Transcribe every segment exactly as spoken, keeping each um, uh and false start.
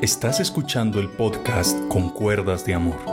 Estás escuchando el podcast Con Cuerdas de Amor.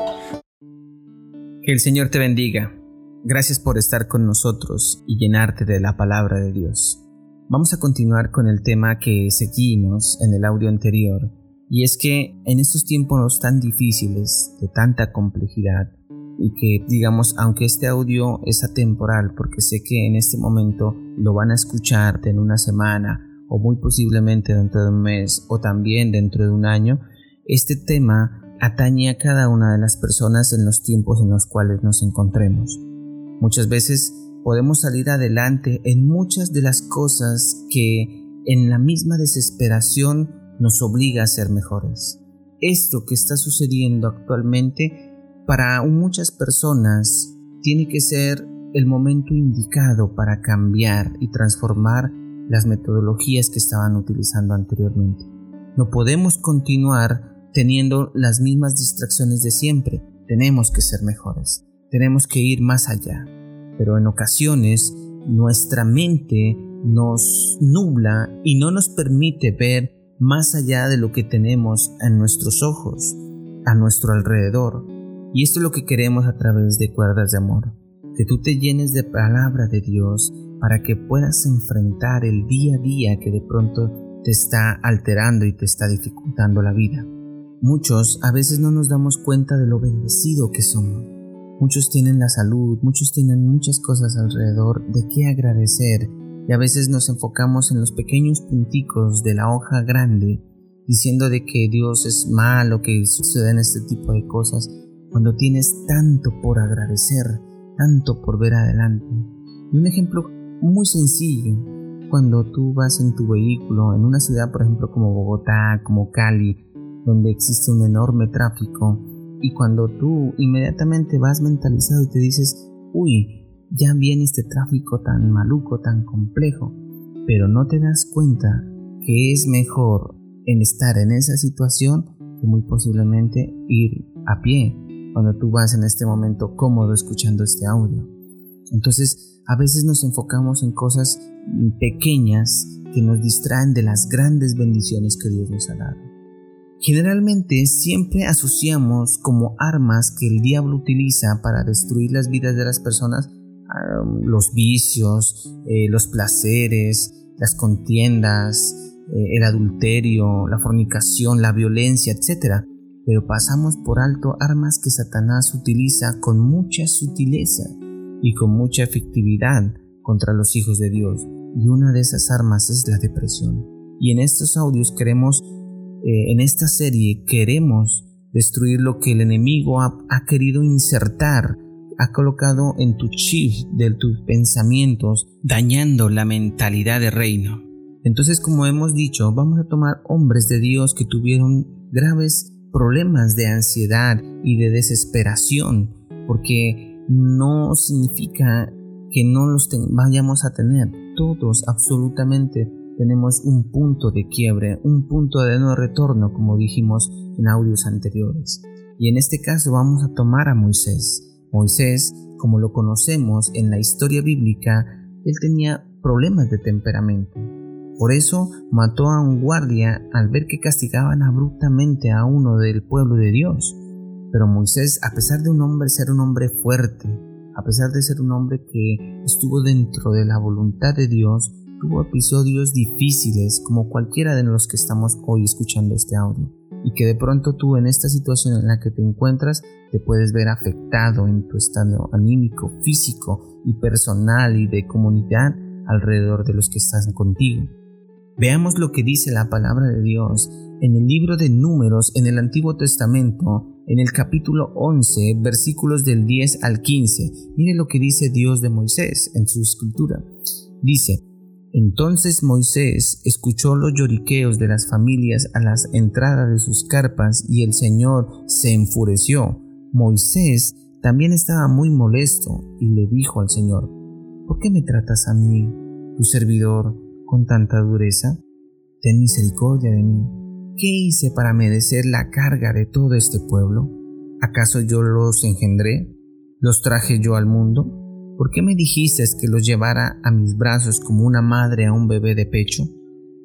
Que el Señor te bendiga. Gracias por estar con nosotros y llenarte de la palabra de Dios. Vamos a continuar con el tema que seguimos en el audio anterior, y es que en estos tiempos tan difíciles, de tanta complejidad, y que digamos, aunque este audio es atemporal, porque sé que en este momento lo van a escuchar en una semana, o muy posiblemente dentro de un mes, o también dentro de un año, este tema atañe a cada una de las personas en los tiempos en los cuales nos encontremos. Muchas veces podemos salir adelante en muchas de las cosas que en la misma desesperación nos obliga a ser mejores. Esto que está sucediendo actualmente para muchas personas tiene que ser el momento indicado para cambiar y transformar las metodologías que estaban utilizando anteriormente. No podemos continuar teniendo las mismas distracciones de siempre. Tenemos que ser mejores. Tenemos que ir más allá. Pero en ocasiones nuestra mente nos nubla y no nos permite ver más allá de lo que tenemos en nuestros ojos, a nuestro alrededor. Y esto es lo que queremos a través de Cuerdas de Amor. Que tú te llenes de palabra de Dios para que puedas enfrentar el día a día que de pronto te está alterando y te está dificultando la vida. Muchos a veces no nos damos cuenta de lo bendecido que somos. Muchos tienen la salud, muchos tienen muchas cosas alrededor de qué agradecer, y a veces nos enfocamos en los pequeños punticos de la hoja grande, diciendo de que Dios es malo, que suceden este tipo de cosas, cuando tienes tanto por agradecer, tanto por ver adelante. Y un ejemplo muy sencillo, cuando tú vas en tu vehículo en una ciudad, por ejemplo, como Bogotá, como Cali, donde existe un enorme tráfico, y cuando tú inmediatamente vas mentalizado y te dices, uy, ya viene este tráfico tan maluco, tan complejo, pero no te das cuenta que es mejor en estar en esa situación que muy posiblemente ir a pie, cuando tú vas en este momento cómodo escuchando este audio. Entonces, a veces nos enfocamos en cosas pequeñas que nos distraen de las grandes bendiciones que Dios nos ha dado. Generalmente siempre asociamos como armas que el diablo utiliza para destruir las vidas de las personas um, los vicios, eh, los placeres, las contiendas, eh, el adulterio, la fornicación, la violencia, etcétera. Pero pasamos por alto armas que Satanás utiliza con mucha sutileza y con mucha efectividad contra los hijos de Dios. Y una de esas armas es la depresión. Y en estos audios queremos, eh, en esta serie, queremos destruir lo que el enemigo ha, ha querido insertar, ha colocado en tu chip de tus pensamientos, dañando la mentalidad de reino. Entonces, como hemos dicho, vamos a tomar hombres de Dios que tuvieron graves problemas de ansiedad y de desesperación, porque no significa que no los ten- vayamos a tener. Todos absolutamente tenemos un punto de quiebre, un punto de no retorno, como dijimos en audios anteriores. Y en este caso vamos a tomar a Moisés. Moisés, como lo conocemos en la historia bíblica, él tenía problemas de temperamento. Por eso mató a un guardia al ver que castigaban abruptamente a uno del pueblo de Dios. Pero Moisés, a pesar de un hombre ser un hombre fuerte, a pesar de ser un hombre que estuvo dentro de la voluntad de Dios, tuvo episodios difíciles como cualquiera de los que estamos hoy escuchando este audio. Y que de pronto tú en esta situación en la que te encuentras te puedes ver afectado en tu estado anímico, físico y personal y de comunidad alrededor de los que están contigo. Veamos lo que dice la palabra de Dios en el libro de Números en el Antiguo Testamento, en el capítulo once, versículos del diez al quince. Mire lo que dice Dios de Moisés en su escritura. Dice: Entonces Moisés escuchó los lloriqueos de las familias a las entradas de sus carpas, y el Señor se enfureció. Moisés también estaba muy molesto y le dijo al Señor: ¿Por qué me tratas a mí, tu servidor, con tanta dureza? Ten misericordia de mí. ¿Qué hice para merecer la carga de todo este pueblo? ¿Acaso yo los engendré? ¿Los traje yo al mundo? ¿Por qué me dijiste que los llevara a mis brazos como una madre a un bebé de pecho?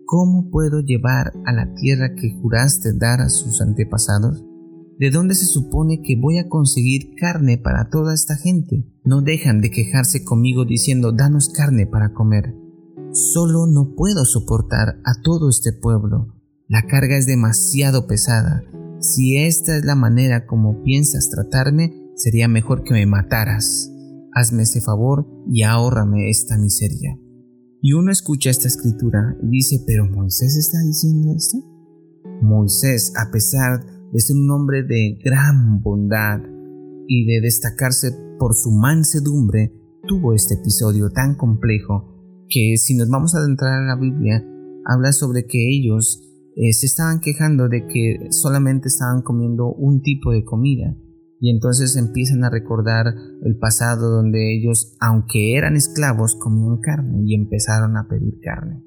¿cómo puedo llevar a la tierra que juraste dar a sus antepasados? ¿De dónde se supone que voy a conseguir carne para toda esta gente? No dejan de quejarse conmigo diciendo, danos carne para comer. Solo no puedo soportar a todo este pueblo. La carga es demasiado pesada. Si esta es la manera como piensas tratarme, sería mejor que me mataras. Hazme ese favor y ahórrame esta miseria. Y uno escucha esta escritura y dice, ¿pero Moisés está diciendo esto? Moisés, a pesar de ser un hombre de gran bondad y de destacarse por su mansedumbre, tuvo este episodio tan complejo que, si nos vamos a adentrar a la Biblia, habla sobre que ellos eh, se estaban quejando de que solamente estaban comiendo un tipo de comida. Y entonces empiezan a recordar el pasado donde ellos, aunque eran esclavos, comían carne y empezaron a pedir carne.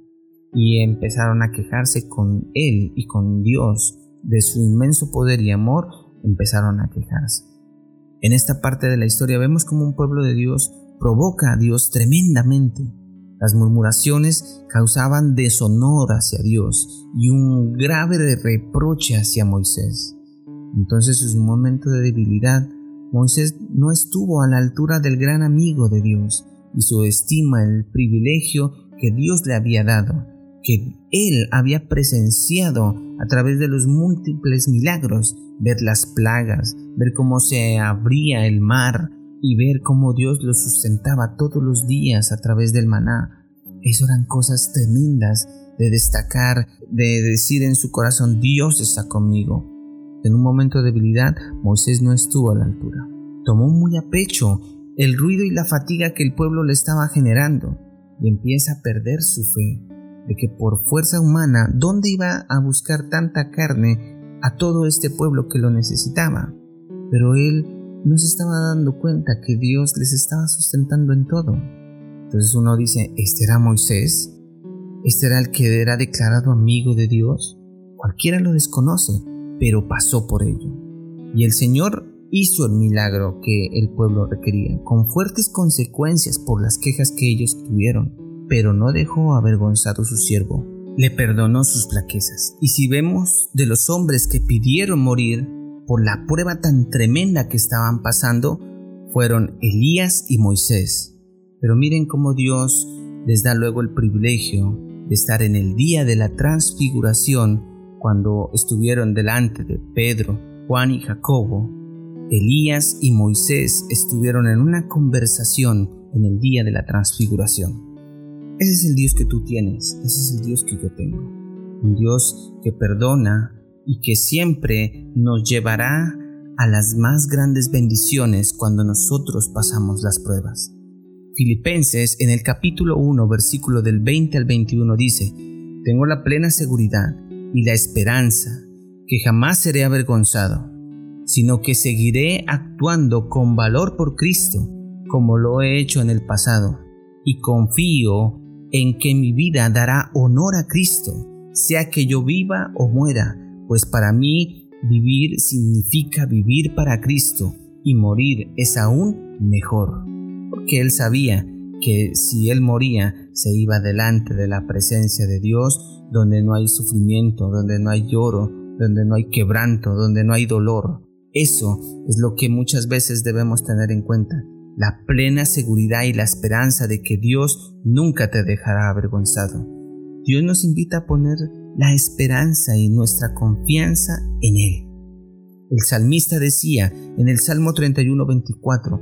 Y empezaron a quejarse con Él y con Dios de su inmenso poder y amor, empezaron a quejarse. En esta parte de la historia vemos como un pueblo de Dios provoca a Dios tremendamente. Las murmuraciones causaban deshonor hacia Dios y un grave reproche hacia Moisés. Entonces, en un momento de debilidad, Moisés no estuvo a la altura del gran amigo de Dios y subestima el privilegio que Dios le había dado, que él había presenciado a través de los múltiples milagros, ver las plagas, ver cómo se abría el mar y ver cómo Dios lo sustentaba todos los días a través del maná. Eso eran cosas tremendas de destacar, de decir en su corazón, Dios está conmigo. En un momento de debilidad, Moisés no estuvo a la altura. Tomó muy a pecho el ruido y la fatiga que el pueblo le estaba generando y empieza a perder su fe de que por fuerza humana, ¿dónde iba a buscar tanta carne a todo este pueblo que lo necesitaba? Pero él no se estaba dando cuenta que Dios les estaba sustentando en todo. Entonces uno dice, ¿este era Moisés? ¿Este era el que era declarado amigo de Dios? Cualquiera lo desconoce, pero pasó por ello. Y el Señor hizo el milagro que el pueblo requería, con fuertes consecuencias por las quejas que ellos tuvieron, pero no dejó avergonzado a su siervo, le perdonó sus flaquezas. Y si vemos de los hombres que pidieron morir por la prueba tan tremenda que estaban pasando, fueron Elías y Moisés. Pero miren cómo Dios les da luego el privilegio de estar en el día de la transfiguración, cuando estuvieron delante de Pedro, Juan y Jacobo. Elías y Moisés estuvieron en una conversación en el día de la transfiguración. Ese es el Dios que tú tienes, ese es el Dios que yo tengo. Un Dios que perdona y que siempre nos llevará a las más grandes bendiciones cuando nosotros pasamos las pruebas. Filipenses en el capítulo uno, versículo del veinte al veintiuno dice, tengo la plena seguridad y la esperanza que jamás seré avergonzado, sino que seguiré actuando con valor por Cristo, como lo he hecho en el pasado, y confío en que mi vida dará honor a Cristo, sea que yo viva o muera, pues para mí vivir significa vivir para Cristo, y morir es aún mejor, porque él sabía que si él moría, se iba delante de la presencia de Dios, donde no hay sufrimiento, donde no hay lloro, donde no hay quebranto, donde no hay dolor. Eso es lo que muchas veces debemos tener en cuenta, la plena seguridad y la esperanza de que Dios nunca te dejará avergonzado. Dios nos invita a poner la esperanza y nuestra confianza en Él. El salmista decía en el Salmo treinta y uno, veinticuatro,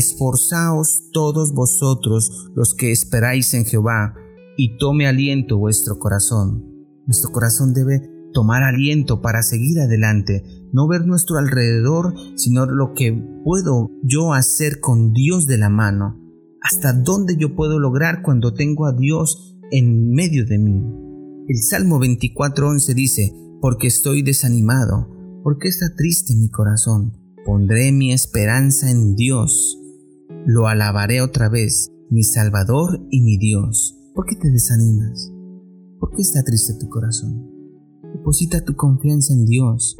esforzaos todos vosotros los que esperáis en Jehová, y tome aliento vuestro corazón. Nuestro corazón debe tomar aliento para seguir adelante, no ver nuestro alrededor, sino lo que puedo yo hacer con Dios de la mano. Hasta dónde yo puedo lograr cuando tengo a Dios en medio de mí. El Salmo veinticuatro, once dice, porque estoy desanimado, porque está triste mi corazón. Pondré mi esperanza en Dios. Lo alabaré otra vez, mi Salvador y mi Dios. ¿Por qué te desanimas? ¿Por qué está triste tu corazón? Deposita tu confianza en Dios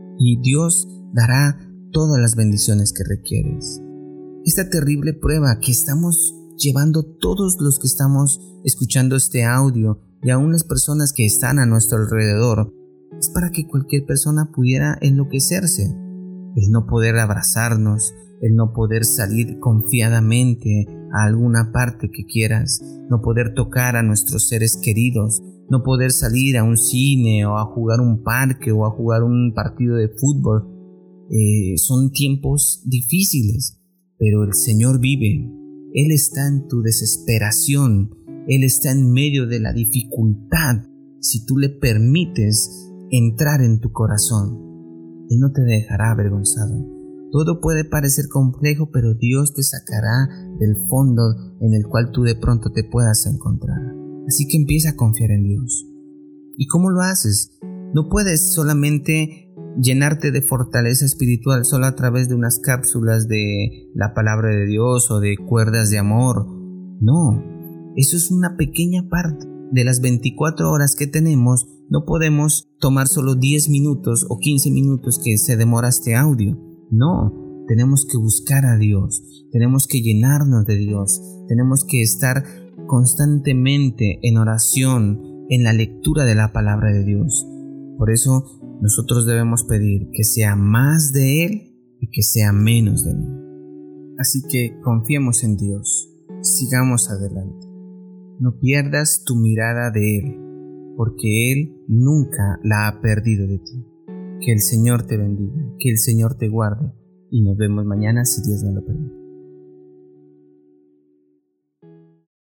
y Dios dará todas las bendiciones que requieres. Esta terrible prueba que estamos llevando todos los que estamos escuchando este audio y aún las personas que están a nuestro alrededor, es para que cualquier persona pudiera enloquecerse. El no poder abrazarnos, el no poder salir confiadamente a alguna parte que quieras, no poder tocar a nuestros seres queridos, no poder salir a un cine o a jugar un parque o a jugar un partido de fútbol. Eh, son tiempos difíciles, pero el Señor vive. Él está en tu desesperación, Él está en medio de la dificultad. Si tú le permites entrar en tu corazón, Él no te dejará avergonzado. Todo puede parecer complejo, pero Dios te sacará del fondo en el cual tú de pronto te puedas encontrar. Así que empieza a confiar en Dios. ¿Y cómo lo haces? No puedes solamente llenarte de fortaleza espiritual solo a través de unas cápsulas de la palabra de Dios o de cuerdas de amor. No, eso es una pequeña parte. De las veinticuatro horas que tenemos, no podemos tomar solo diez minutos o quince minutos que se demora este audio. No, tenemos que buscar a Dios, tenemos que llenarnos de Dios, tenemos que estar constantemente en oración, en la lectura de la palabra de Dios. Por eso nosotros debemos pedir que sea más de Él y que sea menos de mí. Así que confiemos en Dios, sigamos adelante. No pierdas tu mirada de Él, porque Él nunca la ha perdido de ti. Que el Señor te bendiga, que el Señor te guarde, y nos vemos mañana si Dios nos lo permite.